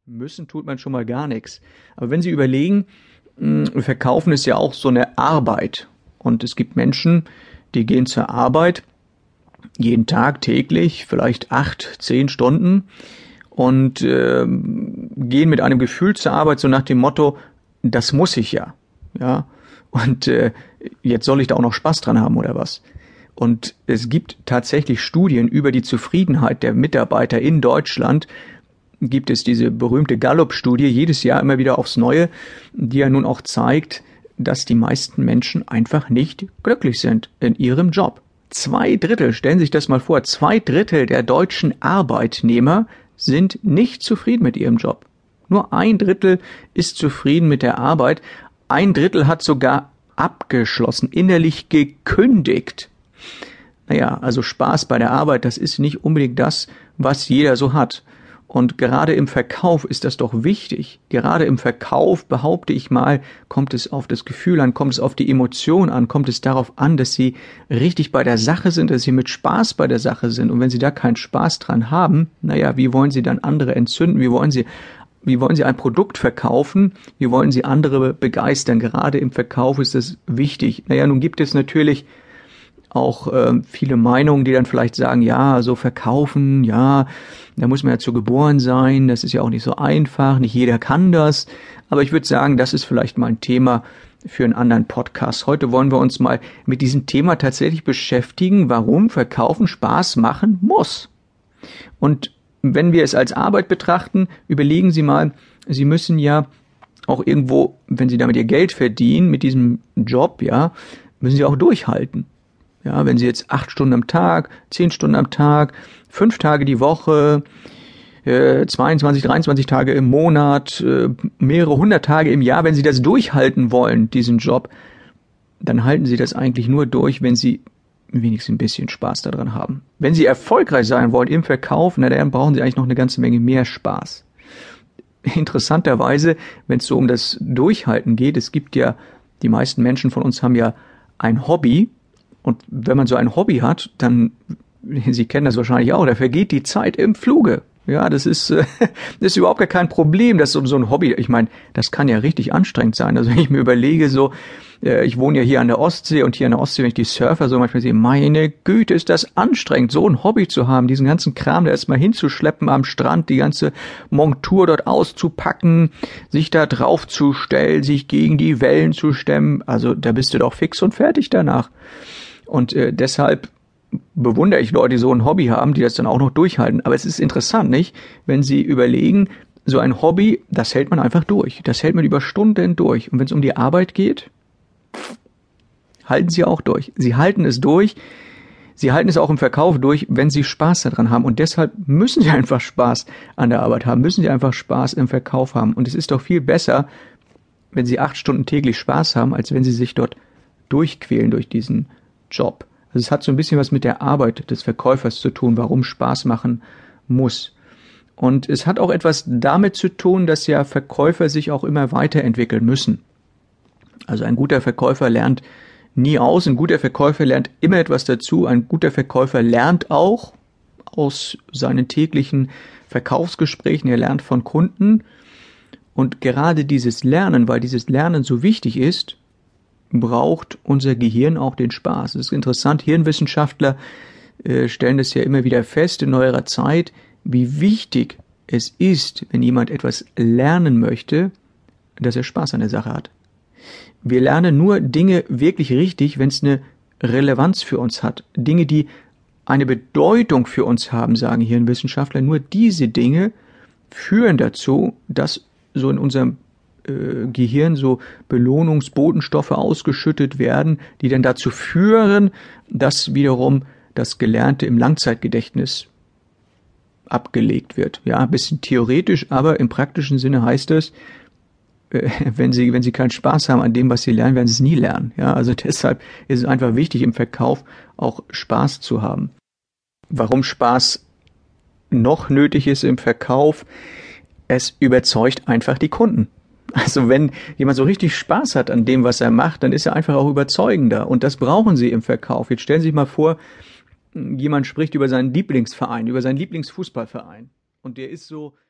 Müssen tut man schon mal gar nichts. Aber wenn Sie überlegen, Verkaufen ist ja auch so eine Arbeit. Und es gibt Menschen, die gehen zur Arbeit jeden Tag, täglich, vielleicht 8, 10 Stunden und gehen mit einem Gefühl zur Arbeit, so nach dem Motto, das muss ich ja. Ja. Und jetzt soll ich da auch noch Spaß dran haben oder was? Und es gibt tatsächlich Studien über die Zufriedenheit der Mitarbeiter in Deutschland. Gibt es diese berühmte Gallup-Studie, jedes Jahr immer wieder aufs Neue, die ja nun auch zeigt, dass die meisten Menschen einfach nicht glücklich sind in ihrem Job. 2/3, stellen Sie sich das mal vor, 2/3 der deutschen Arbeitnehmer sind nicht zufrieden mit ihrem Job. Nur 1/3 ist zufrieden mit der Arbeit. 1/3 hat sogar abgeschlossen, innerlich gekündigt. Naja, also Spaß bei der Arbeit, das ist nicht unbedingt das, was jeder so hat. Und gerade im Verkauf ist das doch wichtig. Gerade im Verkauf, behaupte ich mal, kommt es auf das Gefühl an, kommt es auf die Emotion an, kommt es darauf an, dass Sie richtig bei der Sache sind, dass Sie mit Spaß bei der Sache sind. Und wenn Sie da keinen Spaß dran haben, naja, wie wollen Sie dann andere entzünden? Wie wollen Sie ein Produkt verkaufen? Wie wollen Sie andere begeistern? Gerade im Verkauf ist das wichtig. Naja, nun gibt es natürlich auch viele Meinungen, die dann vielleicht sagen, ja, so verkaufen, ja, da muss man ja zu geboren sein, das ist ja auch nicht so einfach, nicht jeder kann das. Aber ich würde sagen, das ist vielleicht mal ein Thema für einen anderen Podcast. Heute wollen wir uns mal mit diesem Thema tatsächlich beschäftigen, warum Verkaufen Spaß machen muss. Und wenn wir es als Arbeit betrachten, überlegen Sie mal, Sie müssen ja auch irgendwo, wenn Sie damit Ihr Geld verdienen, mit diesem Job, ja, müssen Sie auch durchhalten. Ja, wenn Sie jetzt 8 Stunden am Tag, 10 Stunden am Tag, 5 Tage die Woche, 22, 23 Tage im Monat, mehrere 100 Tage im Jahr, wenn Sie das durchhalten wollen, diesen Job, dann halten Sie das eigentlich nur durch, wenn Sie wenigstens ein bisschen Spaß daran haben. Wenn Sie erfolgreich sein wollen im Verkauf, na, dann brauchen Sie eigentlich noch eine ganze Menge mehr Spaß. Interessanterweise, wenn es so um das Durchhalten geht, es gibt ja, die meisten Menschen von uns haben ja ein Hobby. Und wenn man so ein Hobby hat, dann, Sie kennen das wahrscheinlich auch, da vergeht die Zeit im Fluge. Ja, das ist überhaupt gar kein Problem, dass so ein Hobby, ich meine, das kann ja richtig anstrengend sein. Also wenn ich mir überlege, so, ich wohne ja hier an der Ostsee und hier an der Ostsee, wenn ich die Surfer so manchmal sehe, meine Güte, ist das anstrengend, so ein Hobby zu haben, diesen ganzen Kram da erstmal hinzuschleppen am Strand, die ganze Montur dort auszupacken, sich da drauf zu stellen, sich gegen die Wellen zu stemmen. Also da bist du doch fix und fertig danach. Und deshalb bewundere ich Leute, die so ein Hobby haben, die das dann auch noch durchhalten. Aber es ist interessant, nicht? Wenn Sie überlegen, so ein Hobby, das hält man einfach durch. Das hält man über Stunden durch. Und wenn es um die Arbeit geht, halten Sie auch durch. Sie halten es durch. Sie halten es auch im Verkauf durch, wenn Sie Spaß daran haben. Und deshalb müssen Sie einfach Spaß an der Arbeit haben. Müssen Sie einfach Spaß im Verkauf haben. Und es ist doch viel besser, wenn Sie 8 Stunden täglich Spaß haben, als wenn Sie sich dort durchquälen durch diesen Job. Also es hat so ein bisschen was mit der Arbeit des Verkäufers zu tun, warum Spaß machen muss. Und es hat auch etwas damit zu tun, dass ja Verkäufer sich auch immer weiterentwickeln müssen. Also ein guter Verkäufer lernt nie aus, ein guter Verkäufer lernt immer etwas dazu, ein guter Verkäufer lernt auch aus seinen täglichen Verkaufsgesprächen, er lernt von Kunden. Und gerade dieses Lernen, weil dieses Lernen so wichtig ist, braucht unser Gehirn auch den Spaß. Es ist interessant, Hirnwissenschaftler stellen das ja immer wieder fest in neuerer Zeit, wie wichtig es ist, wenn jemand etwas lernen möchte, dass er Spaß an der Sache hat. Wir lernen nur Dinge wirklich richtig, wenn es eine Relevanz für uns hat. Dinge, die eine Bedeutung für uns haben, sagen Hirnwissenschaftler. Nur diese Dinge führen dazu, dass so in unserem Gehirn so Belohnungsbotenstoffe ausgeschüttet werden, die dann dazu führen, dass wiederum das Gelernte im Langzeitgedächtnis abgelegt wird. Ja, ein bisschen theoretisch, aber im praktischen Sinne heißt es, wenn Sie keinen Spaß haben an dem, was Sie lernen, werden Sie es nie lernen. Ja, also deshalb ist es einfach wichtig, im Verkauf auch Spaß zu haben. Warum Spaß noch nötig ist im Verkauf? Es überzeugt einfach die Kunden. Also wenn jemand so richtig Spaß hat an dem, was er macht, dann ist er einfach auch überzeugender. Und das brauchen Sie im Verkauf. Jetzt stellen Sie sich mal vor, jemand spricht über seinen Lieblingsverein, über seinen Lieblingsfußballverein. Und der ist so